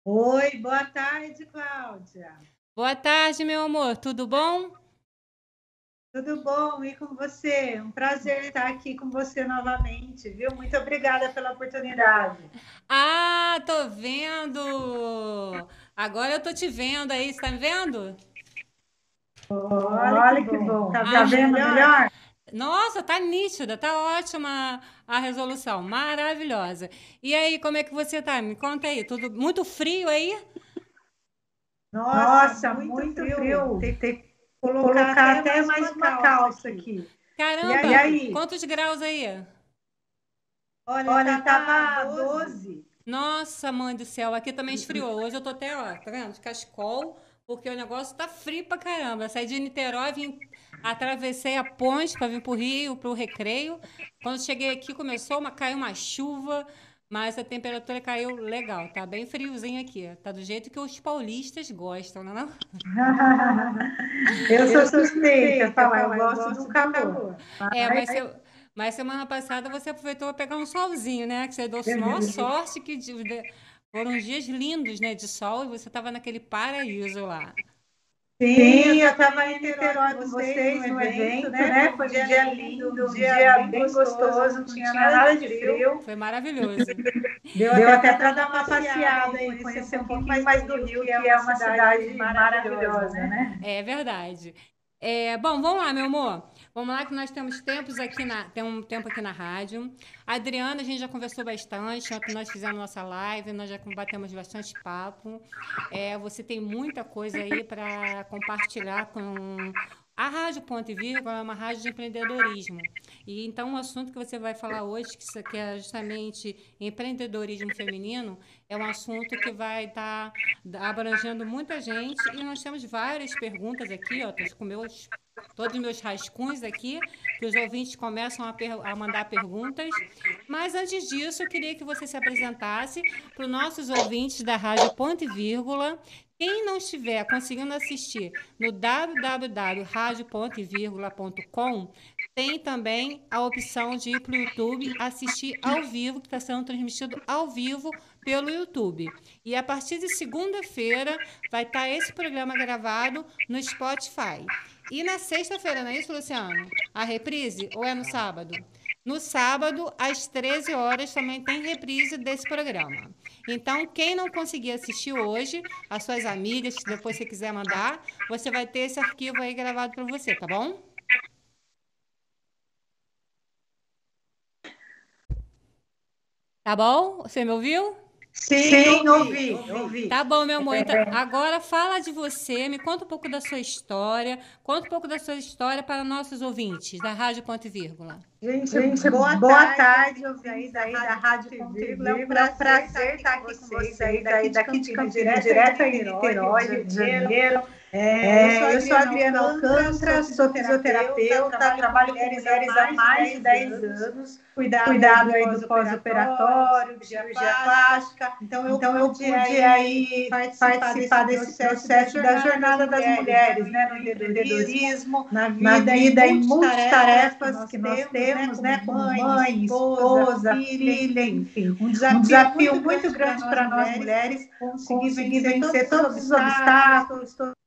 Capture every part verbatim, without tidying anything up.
Oi, boa tarde, Cláudia. Boa tarde, meu amor. Tudo bom? Tudo bom? E com você? Um prazer estar aqui com você novamente, viu? Muito obrigada pela oportunidade. Ah, tô vendo! Agora eu tô te vendo aí, você tá me vendo? Olha que Olha que bom. bom. Tá Tá vendo vendo melhor? melhor? Nossa, tá nítida, tá ótima a resolução, maravilhosa. E aí, como é que você tá? Me conta aí, tudo muito frio aí? Nossa, Nossa, muito muito frio. frio. Tem que Tem que colocar colocar até até mais mais uma uma calça calça aqui. aqui. E E Caramba, aí? aí? quantos graus aí? Olha, Olha, tava tava doze. doze. Nossa, mãe do céu, aqui também esfriou. Hoje eu tô até, ó, tá vendo? De cachecol, porque o negócio tá frio pra caramba. Eu saí de Niterói, vim, atravessei a ponte pra vir pro Rio, pro Recreio. Quando cheguei aqui, começou uma, caiu uma chuva, mas a temperatura caiu legal. Tá bem friozinho aqui. Tá do jeito que os paulistas gostam, não é não? Eu Eu sou sou suspeita a suspeita a falar, eu falar, eu gosto do gosto do calor. calor. É, mas, se- mas semana passada você aproveitou para pegar um solzinho, né? Que você deu maior sorte que de- de- foram dias lindos, né, de sol e você estava naquele paraíso lá. Sim, eu Sim, eu estava estava em em Niterói com Niterói com vocês no vocês no evento, evento, né? Foi né? um Foi um dia dia lindo, um lindo, um dia dia bem bem gostoso, gostoso, não, não não tinha tinha nada nada de de frio. frio. Foi maravilhoso. Deu Deu até até para dar para uma dar uma passeada passeada e e conhecer um conhecer um pouquinho pouquinho mais do mais do Rio, Rio, que é que é uma uma cidade cidade maravilhosa, maravilhosa, né? né? É verdade. É, bom, vamos lá, meu amor. Vamos lá que nós temos tempos aqui na, tem um tempo aqui na rádio. A Adriana, a gente já conversou bastante. Ontem nós fizemos nossa live, nós já batemos bastante papo. É, você tem muita coisa aí para compartilhar com a Rádio Ponto e Vírgula, é uma rádio de empreendedorismo. E então o assunto que você vai falar hoje, que, isso- que é justamente empreendedorismo feminino, é um assunto que vai estar abrangendo muita gente e nós temos várias perguntas aqui, ó, estou com meus todos os meus rascunhos aqui, que os ouvintes começam a, per- a mandar perguntas. Mas antes disso, eu queria que você se apresentasse para os nossos ouvintes da Rádio Ponto e Vírgula. Quem não estiver conseguindo assistir no w w w ponto rádio ponto e vírgula ponto com, tem também a opção de ir para o YouTube assistir ao vivo, que está sendo transmitido ao vivo pelo YouTube. E a partir de segunda-feira vai estar esse programa gravado no Spotify. E na sexta-feira, não é isso, Luciano? A reprise? Ou é no sábado? No sábado, às treze horas, também tem reprise desse programa. Então, quem não conseguir assistir hoje, as suas amigas, que depois você quiser mandar, você vai ter esse arquivo aí gravado para você, tá bom? Tá bom? Você me ouviu? Sim, Sim, ouvi, ouvi, ouvi. ouvi. Tá bom, meu amor. Então, agora fala de você, me conta um pouco da sua história, conta um pouco da sua história para nossos ouvintes da Rádio Ponto e Vírgula. Gente, Gente, boa boa tarde, tarde, ouvintes aí ouvintes da aí da Rádio Ponto Rádio e Ponto e Vírgula. É um Vírgula. É um prazer estar prazer aqui estar com aqui com vocês aí vocês daqui aí de daqui de Campinas, Campinas, direto aí de direto aí de Niterói, Rio de Niterói, Rio de Janeiro. Janeiro. É, eu sou a É, eu sou a Adriana Adriana Alcântara, sou Alcântara, sou fisioterapeuta, fisioterapeuta, trabalho com trabalho com mulheres há mulheres há mais de mais de dez dez anos, anos, cuidado aí do cuidado aí do pós-operatório, de pós-operatório, de cirurgia cirurgia plástica. plástica. Então, eu Então, eu pude pude aí aí participar desse participar desse processo da processo da jornada das jornada das mulheres, né, mulheres, né, no no empreendedorismo, empreendedorismo, na na vida e vida e multitarefas que multitarefas nós que nós temos, né, temos, como né, como mãe, mãe, esposa, esposa, filha, filha, enfim. enfim. Um Um desafio desafio muito muito grande para grande nós para nós mulheres mulheres conseguir conseguir vencer todos vencer os todos os obstáculos, todos obstáculos, todos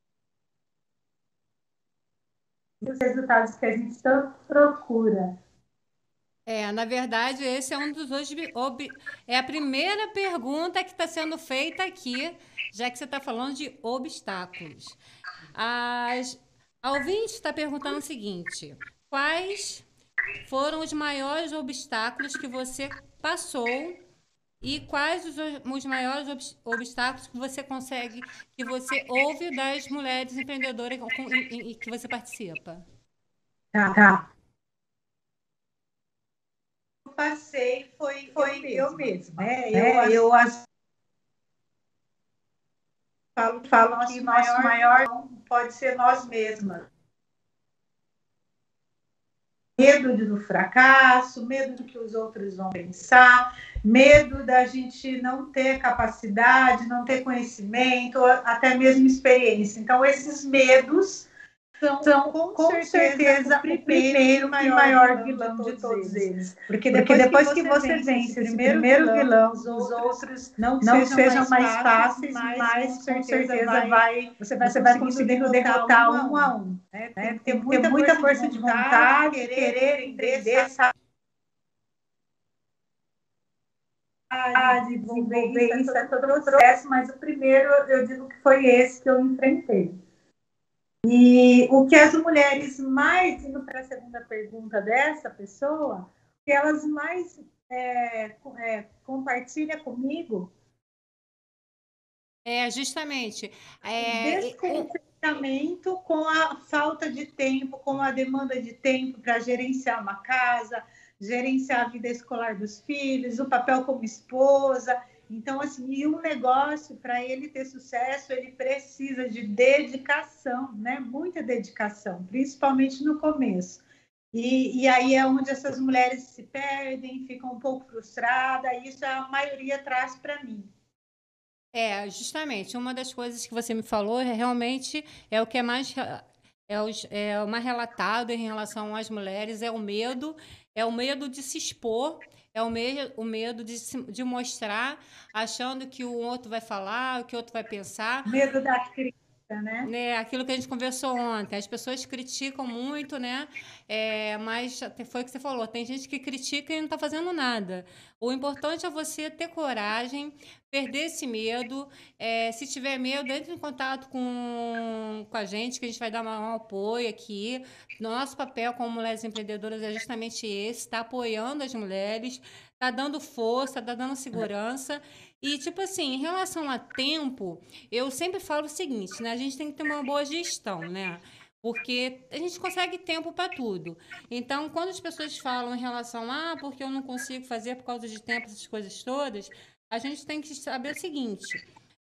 os resultados que a gente tanto procura. É, na verdade, esse é um dos obje- ob- é a primeira pergunta que está sendo feita aqui, já que você está falando de obstáculos. As, a ouvinte está perguntando o seguinte: quais foram os maiores obstáculos que você passou e quais os, os maiores obs- obstáculos que você consegue, que você ouve das mulheres empreendedoras com- e, e- e que você participa? tá, Tá. eu passei foi eu Foi eu mesma, mesma, né? Eu né? as- Eu as- falo que o falo que nosso nosso maior maior vilão pode pode ser ser nós nós mesmas. mesmas. Medo do fracasso, medo do que os outros vão pensar, medo da gente não ter capacidade, não ter conhecimento, até mesmo experiência. Então, esses medos são, são com, com certeza, certeza, o primeiro e maior, maior vilão de todos eles. Porque depois, Porque depois que, que você você vence vence esse primeiro, primeiro vilão, vilão, os os outros outros não, não sejam, sejam mais mais fáceis, fáceis, mas, mas com com certeza, certeza vai, vai, você vai você vai conseguindo conseguindo derrotar, derrotar um um a a um. um. Né? Tem, Né? que ter Tem que muita, ter muita força força de de vontade, vontade, querer, querer entender, entender, saber desenvolver desenvolver isso, isso, é é todo todo o o processo, mas o primeiro eu digo que foi esse que eu enfrentei. E o que as mulheres mais, indo para a segunda pergunta dessa pessoa, que elas mais é, é, compartilham comigo É, justamente. É, descontentamento com a falta de tempo, com a demanda de tempo para gerenciar uma casa, gerenciar a vida escolar dos filhos, o papel como esposa. Então, assim, e um negócio, para ele ter sucesso, ele precisa de dedicação, né? Muita dedicação, principalmente no começo. E, e aí é onde essas mulheres se perdem, ficam um pouco frustradas, e isso a maioria traz para mim. É, justamente, uma das coisas que você me falou é realmente é o que é mais é o, é o mais relatado em relação às mulheres, é o medo, é o medo de se expor, é o, me, o medo de, se, de mostrar, achando que o outro vai falar, o que o outro vai pensar. Medo da crítica, né? Né, aquilo que a gente conversou ontem, as pessoas criticam muito, né? É, mas foi o que você falou, tem gente que critica e não está fazendo nada. O importante é você ter coragem, perder esse medo. É, se tiver medo, entre em contato com, com a gente, que a gente vai dar um apoio aqui. Nosso papel como mulheres empreendedoras é justamente esse, está apoiando as mulheres, está dando força, está dando segurança. E, tipo assim, em relação a tempo, eu sempre falo o seguinte, né? A gente tem que ter uma boa gestão, né? Porque a gente consegue tempo para tudo. Então, quando as pessoas falam em relação a ah, porque eu não consigo fazer por causa de tempo, essas coisas todas, a gente tem que saber o seguinte: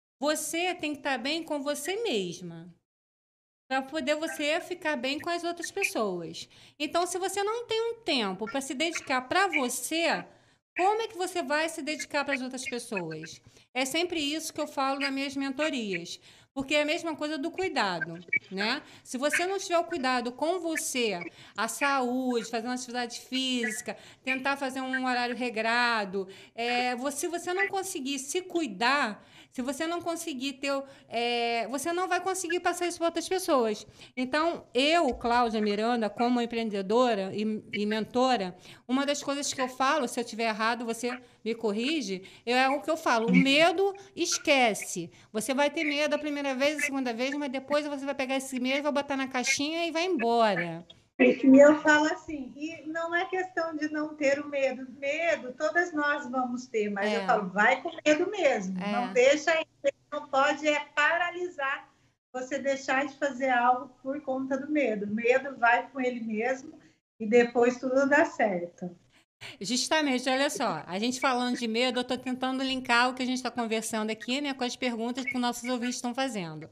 você tem que estar bem com você mesma, para poder você ficar bem com as outras pessoas. Então, se você não tem um tempo para se dedicar para você, como é que você vai se dedicar para as outras pessoas? É sempre isso que eu falo nas minhas mentorias. Porque é a mesma coisa do cuidado, né? Se você não tiver o cuidado com você, a saúde, fazer uma atividade física, tentar fazer um horário regrado, é, você, se você não conseguir se cuidar, se você não conseguir ter, é, você não vai conseguir passar isso para outras pessoas. Então, eu, Cláudia Miranda, como empreendedora e, e mentora, uma das coisas que eu falo, se eu estiver errado, você me corrige, é o que eu falo, o medo esquece. Você vai ter medo a primeira vez, a segunda vez, mas depois você vai pegar esse medo, vai botar na caixinha e vai embora. E eu falo assim, e não é questão de não ter o medo. Medo, todas nós vamos ter, mas é. eu falo, vai com medo mesmo. É. Não deixa, não pode é paralisar você deixar de fazer algo por conta do medo. O medo vai com ele mesmo e depois tudo dá certo. Justamente, olha só, a gente falando de medo, eu estou tentando linkar o que a gente está conversando aqui, né, com as perguntas que os nossos ouvintes estão fazendo.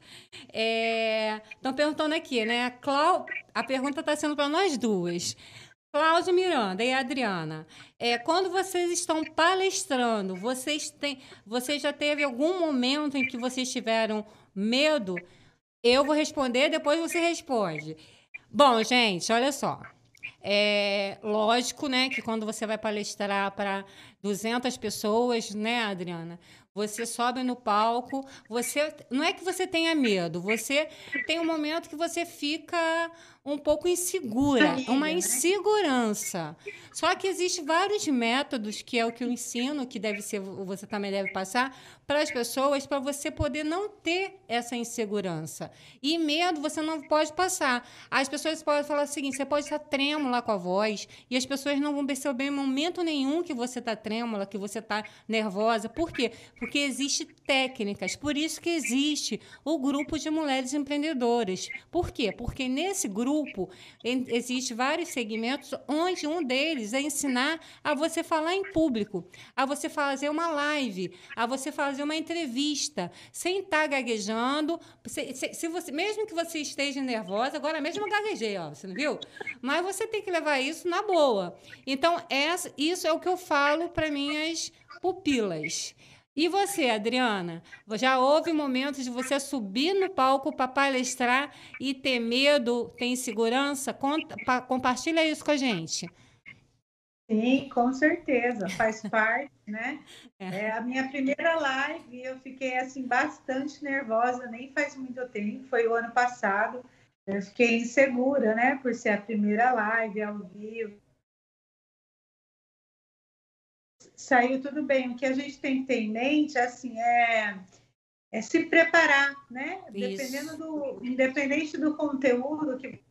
Estão é, perguntando aqui, né? Clau... A pergunta está sendo para nós duas. Cláudia Miranda e Adriana, é, quando vocês estão palestrando, vocês, têm, vocês já teve algum momento em que vocês tiveram medo? Eu vou responder, depois você responde. Bom, gente, olha só. É lógico, né, que quando você vai palestrar para duzentas pessoas, né, Adriana? Você sobe no palco, você não é que você tenha medo, você tem um momento que você fica um pouco insegura, uma insegurança. Só que existem vários métodos, que é o que eu ensino, que deve ser, você também deve passar, para as pessoas, para você poder não ter essa insegurança. E medo você não pode passar. As pessoas podem falar o seguinte, você pode estar trêmula com a voz, e as pessoas não vão perceber em momento nenhum que você está trêmula, que você está nervosa. Por quê? Porque existem técnicas. Por isso que existe o grupo de mulheres empreendedoras. Por quê? Porque nesse grupo existem vários segmentos, onde um deles é ensinar a você falar em público, a você fazer uma live, a você fazer uma entrevista, sem estar gaguejando. Se, se, se você, mesmo que você esteja nervosa, agora mesmo eu gaguejei, ó, você não viu? Mas você tem que levar isso na boa. Então, essa, isso é o que eu falo para minhas pupilas. E você, Adriana? Já houve momentos de você subir no palco para palestrar e ter medo, ter insegurança? Conta, pa- compartilha isso com a gente. Sim, com certeza, faz parte, né? É. É, a minha primeira live, eu fiquei assim bastante nervosa, nem faz muito tempo, foi o ano passado. Eu fiquei insegura, né, por ser a primeira live ao vivo. Saiu tudo bem. O que a gente tem que ter em mente, assim, é, é se preparar, né? Dependendo Isso. do, independente do conteúdo que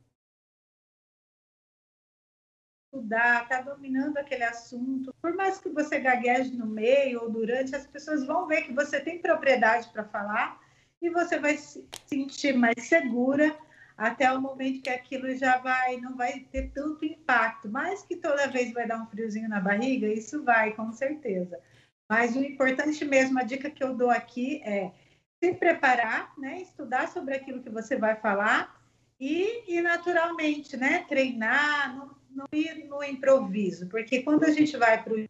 estudar, está dominando aquele assunto, por mais que você gagueje no meio ou durante, as pessoas vão ver que você tem propriedade para falar e você vai se sentir mais segura até o momento que aquilo já vai, não vai ter tanto impacto, mas que toda vez vai dar um friozinho na barriga, isso vai, com certeza. Mas o importante mesmo, a dica que eu dou aqui é se preparar, né? Estudar sobre aquilo que você vai falar e, e naturalmente, né? Treinar, não, não ir no improviso, porque quando a gente vai para o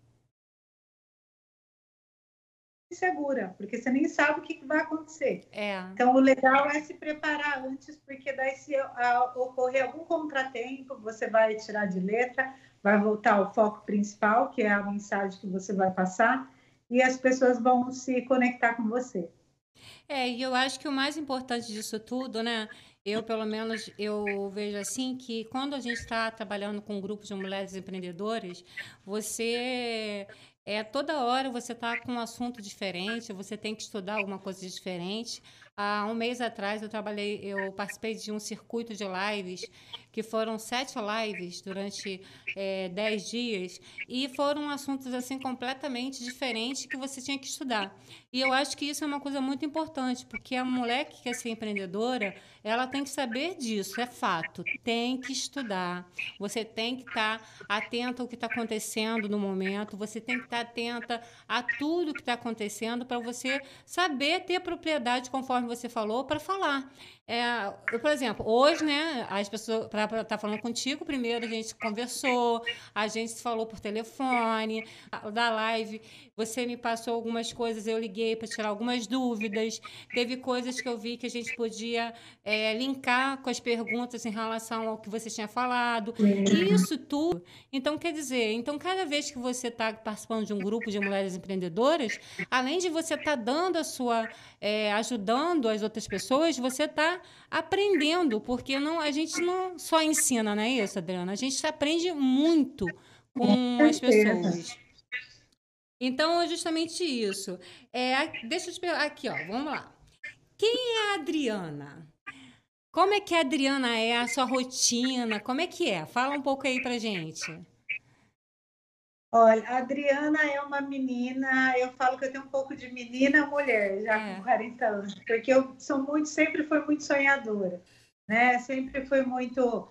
insegura, porque você nem sabe o que vai acontecer. É. Então, o legal é se preparar antes, porque daí se a, ocorrer algum contratempo, você vai tirar de letra, vai voltar ao foco principal, que é a mensagem que você vai passar, e as pessoas vão se conectar com você. É, e eu acho que o mais importante disso tudo, né? Eu, pelo menos, eu vejo assim que quando a gente está trabalhando com grupos de mulheres empreendedoras, você é toda hora você está com um assunto diferente, você tem que estudar alguma coisa diferente. Há um mês atrás eu trabalhei, eu participei de um circuito de lives que foram sete lives durante é, dez dias e foram assuntos assim completamente diferentes que você tinha que estudar. E eu acho que isso é uma coisa muito importante, porque a mulher que quer ser empreendedora, ela tem que saber disso, é fato. Tem que estudar. Você tem que estar atenta ao que está acontecendo no momento, você tem que estar atenta a tudo que está acontecendo para você saber ter propriedade, conforme você falou, para falar. É, eu, por exemplo, hoje, né, as pessoas, para estar tá falando contigo, primeiro a gente conversou, a gente se falou por telefone, da live, você me passou algumas coisas, eu liguei para tirar algumas dúvidas, teve coisas que eu vi que a gente podia é, linkar com as perguntas em relação ao que você tinha falado, e isso tudo. Então, quer dizer, então cada vez que você está participando de um grupo de mulheres empreendedoras, além de você estar tá dando a sua, é, ajudando as outras pessoas, você está aprendendo, porque não, a gente não só ensina, não é isso, Adriana? A gente aprende muito com as pessoas. Então, é justamente isso. É, deixa eu te perguntar aqui, ó, vamos lá. Quem é a Adriana? Como é que a Adriana é, a sua rotina? Como é que é? Fala um pouco aí pra gente. Olha, a Adriana é uma menina, eu falo que eu tenho um pouco de menina mulher, já É. com quarenta anos, porque eu sou muito, sempre fui muito sonhadora, né? Sempre fui muito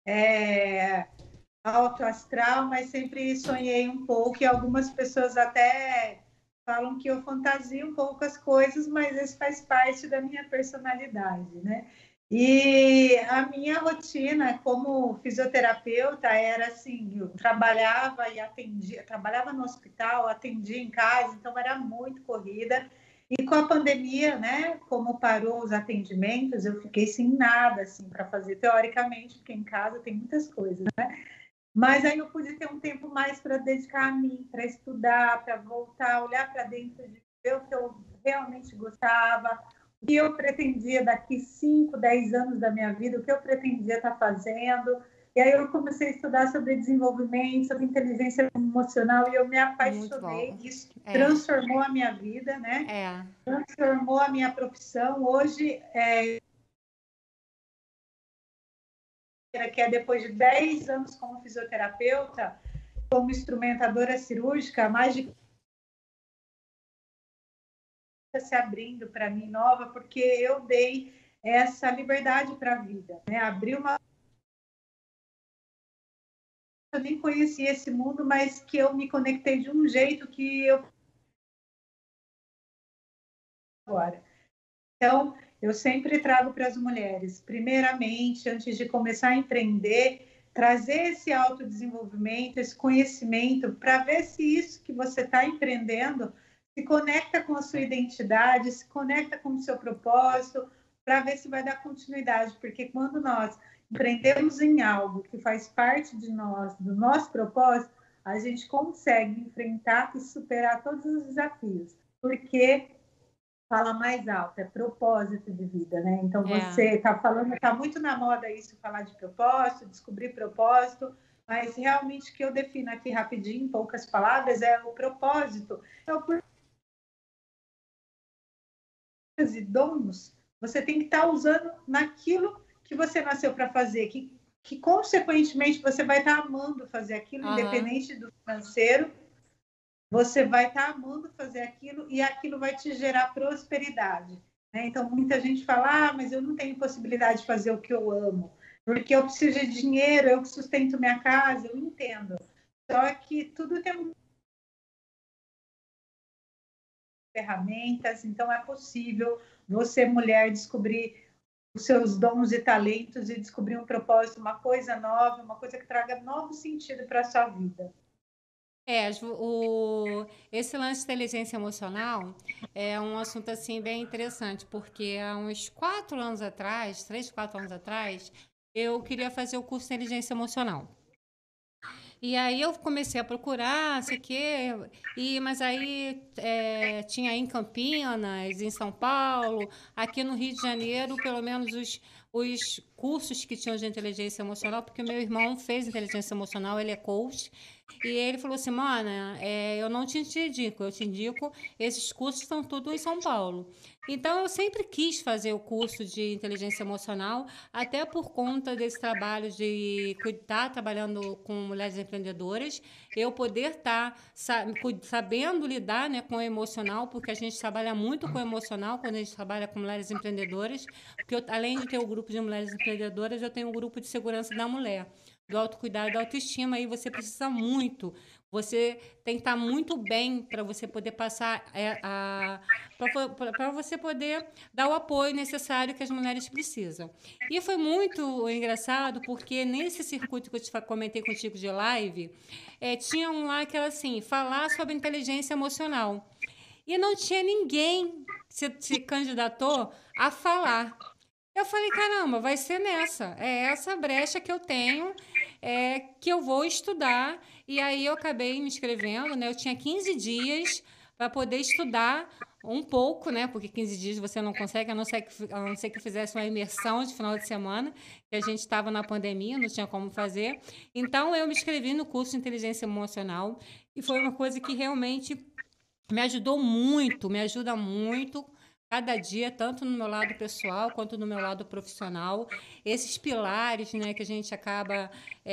é, alto astral, mas sempre sonhei um pouco, e algumas pessoas até falam que eu fantasio um pouco as coisas, mas isso faz parte da minha personalidade, né? E a minha rotina como fisioterapeuta era assim, eu trabalhava e atendia, trabalhava no hospital, atendia em casa, então era muito corrida. E com a pandemia, né, como parou os atendimentos, eu fiquei sem nada assim para fazer teoricamente, porque em casa tem muitas coisas, né? Mas aí eu pude ter um tempo mais para dedicar a mim, para estudar, para voltar, olhar para dentro de ver o que eu realmente gostava, o que eu pretendia daqui cinco, dez anos da minha vida, o que eu pretendia estar fazendo. E aí eu comecei a estudar sobre desenvolvimento, sobre inteligência emocional, e eu me apaixonei. Isso É. transformou a minha vida, né? É. Transformou a minha profissão. Hoje, é, que é depois de dez anos como fisioterapeuta, como instrumentadora cirúrgica, mais de se abrindo para mim nova, porque eu dei essa liberdade para a vida, né? Abri uma eu nem conhecia esse mundo, mas que eu me conectei de um jeito que eu agora. Então, eu sempre trago para as mulheres, primeiramente, antes de começar a empreender, trazer esse autodesenvolvimento, esse conhecimento, para ver se isso que você está empreendendo se conecta com a sua identidade, se conecta com o seu propósito, para ver se vai dar continuidade, porque quando nós empreendemos em algo que faz parte de nós, do nosso propósito, a gente consegue enfrentar e superar todos os desafios, porque fala mais alto, é propósito de vida, né? Então, você está falando, está muito na moda isso, falar de propósito, descobrir propósito, mas realmente o que eu defino aqui rapidinho, em poucas palavras, é o propósito, é o porquê e dons você tem que estar usando naquilo que você nasceu para fazer, que, que consequentemente você vai estar amando fazer aquilo, uhum. Independente do financeiro, você vai estar amando fazer aquilo e aquilo vai te gerar prosperidade, né? Então, muita gente fala, ah, mas eu não tenho possibilidade de fazer o que eu amo, porque eu preciso de dinheiro, eu que sustento minha casa, eu entendo. Só que tudo tem ferramentas, então é possível você, mulher, descobrir os seus dons e talentos e descobrir um propósito, uma coisa nova, uma coisa que traga novo sentido para a sua vida. É, o, esse lance de inteligência emocional é um assunto assim bem interessante, porque há uns quatro anos atrás, três, quatro anos atrás, eu queria fazer o curso de inteligência emocional. E aí eu comecei a procurar, sei que, e mas aí é, tinha em Campinas, em São Paulo, aqui no Rio de Janeiro, pelo menos os, os cursos que tinham de inteligência emocional, porque meu irmão fez inteligência emocional, ele é coach, e ele falou assim, Mana, é, eu não te indico, eu te indico, esses cursos estão tudo em São Paulo. Então, eu sempre quis fazer o curso de inteligência emocional, até por conta desse trabalho de estar trabalhando com mulheres empreendedoras, eu poder estar sabendo lidar, né, com o emocional, porque a gente trabalha muito com o emocional quando a gente trabalha com mulheres empreendedoras, porque eu, além de ter o grupo de mulheres empreendedoras, eu tenho o grupo de segurança da mulher, do autocuidado e da autoestima, aí você precisa muito, você tem que estar muito bem para você poder passar a, a para você poder dar o apoio necessário que as mulheres precisam. E foi muito engraçado, porque nesse circuito que eu te comentei contigo de live, é, tinha um lá que era assim, falar sobre inteligência emocional. E não tinha ninguém se, se candidatou a falar. Eu falei, caramba, vai ser nessa. É essa brecha que eu tenho, é, que eu vou estudar. E aí eu acabei me inscrevendo, né? Eu tinha quinze dias para poder estudar um pouco, né? Porque quinze dias você não consegue, a não ser que, a não ser que fizesse uma imersão de final de semana, que a gente estava na pandemia, não tinha como fazer. Então, eu me inscrevi no curso de inteligência emocional e foi uma coisa que realmente me ajudou muito, me ajuda muito cada dia, tanto no meu lado pessoal quanto no meu lado profissional. Esses pilares, né, que a gente acaba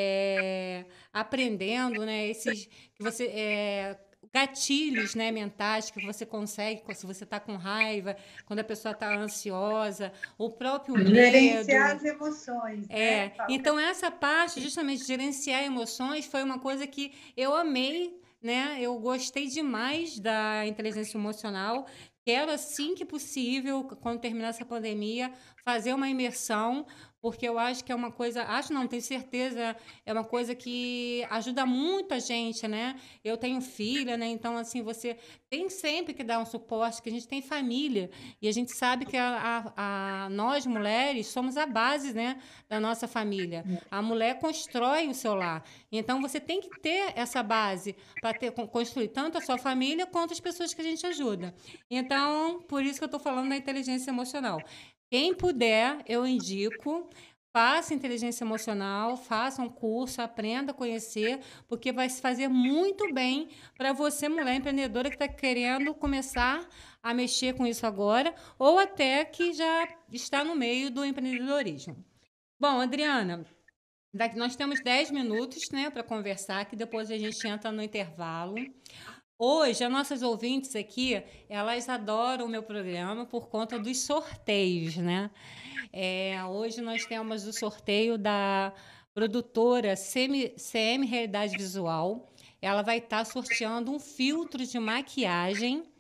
é, aprendendo, né, esses que você é, gatilhos, né, mentais que você consegue se você está com raiva, quando a pessoa está ansiosa, o próprio medo. Gerenciar as emoções. É, né? Então essa parte, justamente de gerenciar emoções, foi uma coisa que eu amei, né? Eu gostei demais da inteligência emocional. Quero, assim que possível, quando terminar essa pandemia, fazer uma imersão, porque eu acho que é uma coisa, acho não, tenho certeza, é uma coisa que ajuda muito a gente, né? Eu tenho filha, né? Então, assim, você tem sempre que dar um suporte, que a gente tem família, e a gente sabe que a, a, a, nós, mulheres, somos a base, né, da nossa família. A mulher constrói o seu lar. Então, você tem que ter essa base para ter, construir tanto a sua família quanto as pessoas que a gente ajuda. Então, por isso que eu estou falando da inteligência emocional. Quem puder, eu indico, faça inteligência emocional, faça um curso, aprenda a conhecer, porque vai se fazer muito bem para você, mulher empreendedora, que está querendo começar a mexer com isso agora, ou até que já está no meio do empreendedorismo. Bom, Adriana, daqui nós temos dez minutos, né, para conversar, que depois a gente entra no intervalo. Hoje, as nossas ouvintes aqui, elas adoram o meu programa por conta dos sorteios, né? É, hoje nós temos o sorteio da produtora C M, C M Realidade Visual. Ela vai estar sorteando um filtro de maquiagem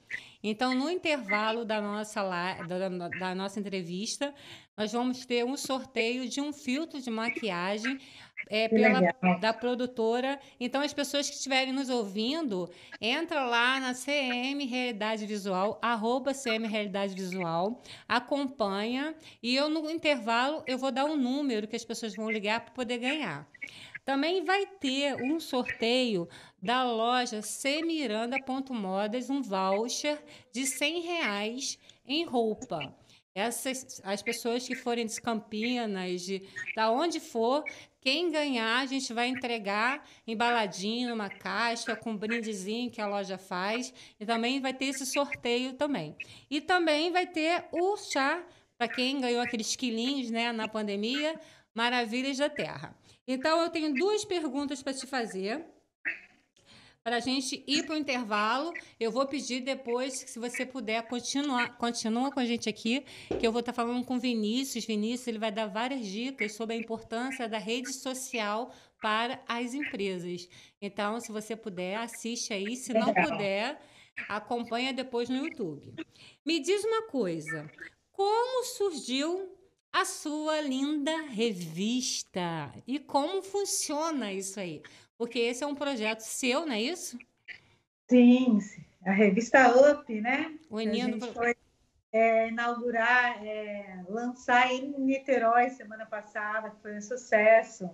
Então, no intervalo da nossa, la- da, da- da nossa entrevista, nós vamos ter um sorteio de um filtro de maquiagem é, Que pela legal. da produtora. Então, as pessoas que estiverem nos ouvindo, entra lá na C M Realidade Visual, arroba C M Realidade Visual, acompanha, e eu, no intervalo, eu vou dar um número que as pessoas vão ligar para poder ganhar. Também vai ter um sorteio da loja cmiranda.modas, um voucher de cem reais em roupa. Essas, as pessoas que forem de Campinas, de da onde for, quem ganhar, a gente vai entregar embaladinho numa caixa com um brindezinho que a loja faz. E também vai ter esse sorteio também. E também vai ter o chá, para quem ganhou aqueles quilinhos, né, na pandemia, Maravilhas da Terra. Então, eu tenho duas perguntas para te fazer. Para a gente ir para o intervalo, eu vou pedir depois, se você puder, continuar, continua com a gente aqui, que eu vou estar falando com o Vinícius. Vinícius, ele vai dar várias dicas sobre a importância da rede social para as empresas. Então, se você puder, assiste aí. Se não Legal. puder, acompanha depois no YouTube. Me diz uma coisa, como surgiu a sua linda revista? E como funciona isso aí? Porque esse é um projeto seu, não é isso? Sim, sim. A revista Up, né? A Unindo. gente pro- foi é, inaugurar, é, lançar em Niterói semana passada, que foi um sucesso.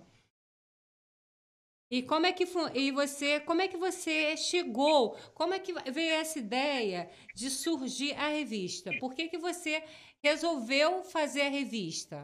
E como é que fu- e você, como é que você chegou? Como é que veio essa ideia de surgir a revista? Por que que você resolveu fazer a revista?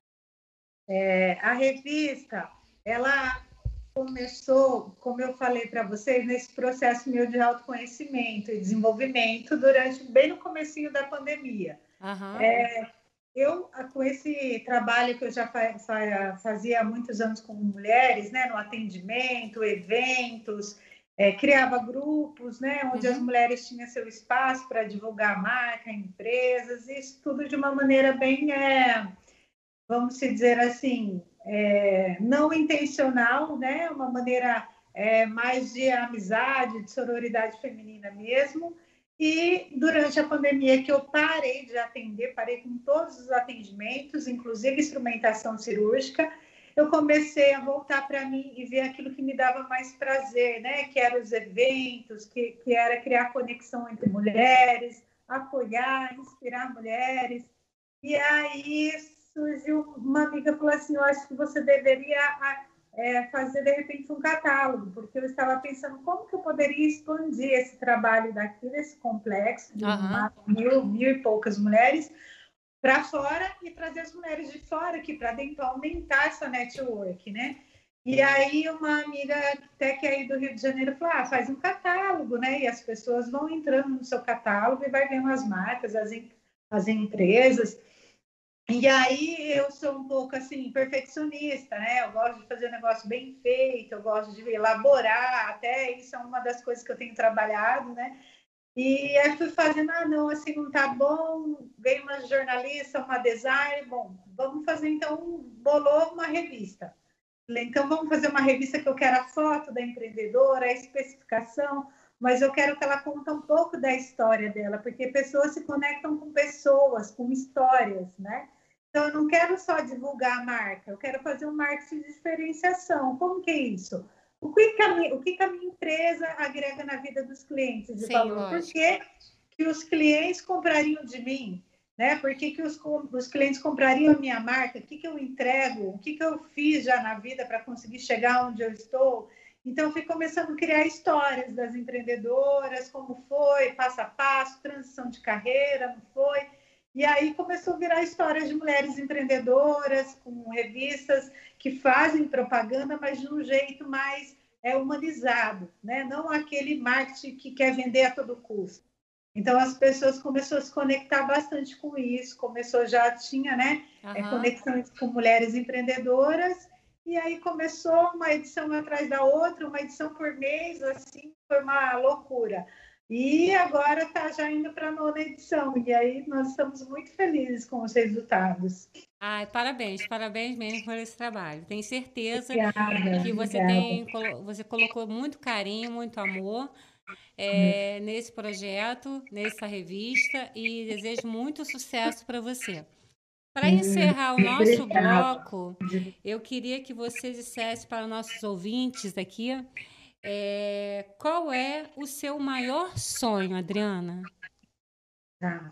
É, a revista, ela começou, como eu falei para vocês, nesse processo meu de autoconhecimento e desenvolvimento durante bem no comecinho da pandemia. Aham. Eu, com esse trabalho que eu já fa fa fazia há muitos anos com mulheres, né, no atendimento, eventos, é, criava grupos, né, onde as Uhum. mulheres tinham seu espaço para divulgar a marca, empresas, isso tudo de uma maneira bem, é, vamos dizer assim, é, não intencional, né, uma maneira é, mais de amizade, de sororidade feminina mesmo. E durante a pandemia que eu parei de atender, parei com todos os atendimentos, inclusive instrumentação cirúrgica, eu comecei a voltar para mim e ver aquilo que me dava mais prazer, né? Que eram os eventos, que, que era criar conexão entre mulheres, apoiar, inspirar mulheres. E aí surgiu uma amiga e falou assim, eu acho que você deveria é, fazer, de repente, um catálogo, porque eu estava pensando como que eu poderia expandir esse trabalho daqui, desse complexo, de Aham. uma, mil, mil e poucas mulheres, para fora e trazer as mulheres de fora aqui para dentro, aumentar essa network, né? E aí uma amiga até que é aí do Rio de Janeiro falou, ah, faz um catálogo, né? E as pessoas vão entrando no seu catálogo e vai vendo as marcas, as, as empresas. E aí eu sou um pouco assim, perfeccionista, né? Eu gosto de fazer um negócio bem feito, eu gosto de elaborar, até isso é uma das coisas que eu tenho trabalhado, né? E aí fui fazendo, ah, não, assim não tá bom, veio uma jornalista, uma designer, bom, vamos fazer então, bolou uma revista. Então vamos fazer uma revista que eu quero a foto da empreendedora, a especificação, mas eu quero que ela conte um pouco da história dela, porque pessoas se conectam com pessoas, com histórias, né? Então eu não quero só divulgar a marca, eu quero fazer um marketing de diferenciação. Como que é isso? O que, que, a, minha, o que, que a minha empresa agrega na vida dos clientes de Sim, valor? Por lógico. que, que os clientes comprariam de mim? Né? Por que, que os, os clientes comprariam a minha marca? O que, que eu entrego? O que, que eu fiz já na vida para conseguir chegar onde eu estou? Então, eu fui começando a criar histórias das empreendedoras, como foi, passo a passo, transição de carreira, não foi? E aí começou a virar histórias de mulheres empreendedoras, com revistas que fazem propaganda, mas de um jeito mais é, humanizado, né? Não aquele marketing que quer vender a todo custo. Então, as pessoas começaram a se conectar bastante com isso, começou, já tinha, né, é, Aham. conexões com mulheres empreendedoras, e aí começou uma edição atrás da outra, uma edição por mês, assim, foi uma loucura. E agora está já indo para a nona edição, e aí nós estamos muito felizes com os resultados. Ai, parabéns, parabéns mesmo por esse trabalho. Tenho certeza Obrigada, que você obrigada. tem, colo- você colocou muito carinho, muito amor é, nesse projeto, nessa revista, e desejo muito sucesso para você. Para encerrar o nosso bloco, eu queria que você dissesse para nossos ouvintes aqui é, qual é o seu maior sonho, Adriana? Tá.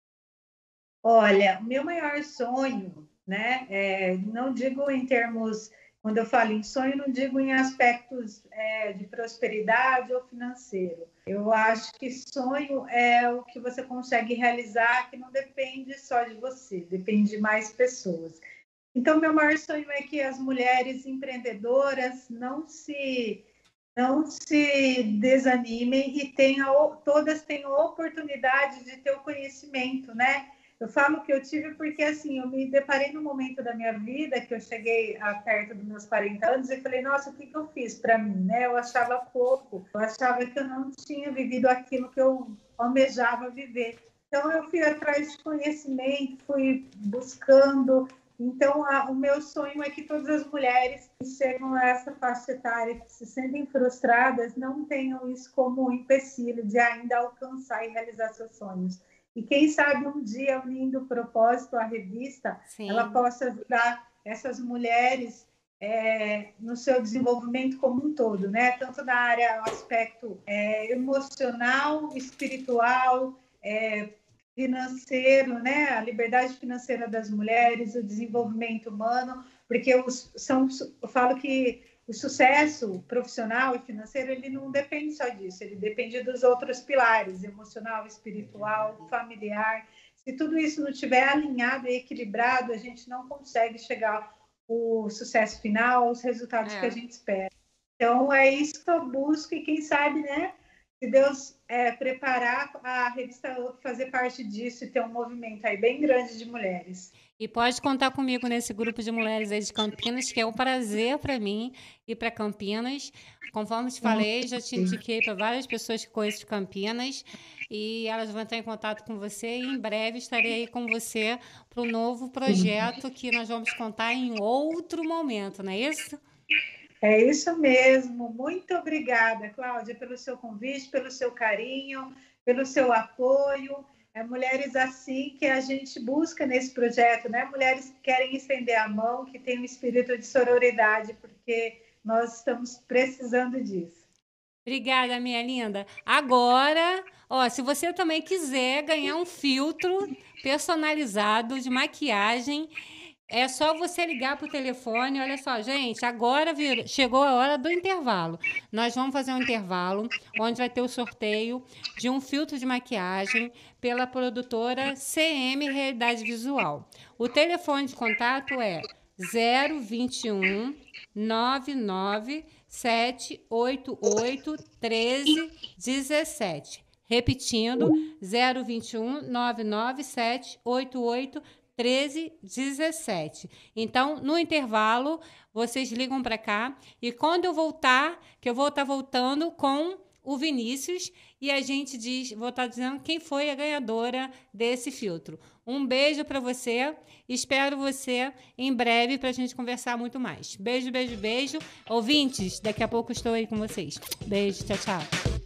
Olha, o meu maior sonho, né, é, não digo em termos, quando eu falo em sonho, não digo em aspectos é, de prosperidade ou financeiro. Eu acho que sonho é o que você consegue realizar, que não depende só de você, depende de mais pessoas. Então, meu maior sonho é que as mulheres empreendedoras não se não se desanimem e tenham, todas tenham oportunidade de ter o conhecimento, né? Eu falo que eu tive porque, assim, eu me deparei num momento da minha vida que eu cheguei a perto dos meus quarenta anos e falei, nossa, o que, que eu fiz para mim, né? Eu achava pouco, eu achava que eu não tinha vivido aquilo que eu almejava viver. Então, eu fui atrás de conhecimento, fui buscando. Então, a, o meu sonho é que todas as mulheres que chegam a essa faixa etária, que se sentem frustradas, não tenham isso como um empecilho de ainda alcançar e realizar seus sonhos. E quem sabe um dia, unindo o propósito à revista, Sim. ela possa ajudar essas mulheres é, no seu desenvolvimento como um todo, né? Tanto na área, no aspecto é, emocional, espiritual, é, financeiro, né? A liberdade financeira das mulheres, o desenvolvimento humano, porque os, são, eu falo que o sucesso profissional e financeiro, ele não depende só disso, ele depende dos outros pilares, emocional, espiritual, familiar. Se tudo isso não estiver alinhado e equilibrado, a gente não consegue chegar ao sucesso final, aos resultados é. que a gente espera. Então, é isso que eu busco e quem sabe, né, se Deus é, preparar a revista fazer parte disso e ter um movimento aí bem grande de mulheres. E pode contar comigo nesse grupo de mulheres aí de Campinas, que é um prazer para mim ir para Campinas. Conforme te falei, já te indiquei para várias pessoas que conheço de Campinas e elas vão entrar em contato com você e em breve estarei aí com você para um novo projeto que nós vamos contar em outro momento, não é isso? É isso mesmo. Muito obrigada, Cláudia, pelo seu convite, pelo seu carinho, pelo seu apoio. É mulheres assim que a gente busca nesse projeto, né? Mulheres que querem estender a mão, que têm um espírito de sororidade, porque nós estamos precisando disso. Obrigada, minha linda. Agora, ó, se você também quiser ganhar um filtro personalizado de maquiagem, é só você ligar para o telefone. Olha só, gente, agora virou, chegou a hora do intervalo. Nós vamos fazer um intervalo onde vai ter o sorteio de um filtro de maquiagem pela produtora C M Realidade Visual. O telefone de contato é zero vinte e um, nove nove sete oito oito, treze dezessete. Repetindo, zero vinte e um, nove nove sete oito oito, treze dezessete. Então, no intervalo, vocês ligam para cá e quando eu voltar, que eu vou estar voltando com o Vinícius e a gente diz, vou estar dizendo quem foi a ganhadora desse filtro. Um beijo para você, espero você em breve para a gente conversar muito mais. Beijo, beijo, beijo. Ouvintes, daqui a pouco estou aí com vocês. Beijo, tchau, tchau.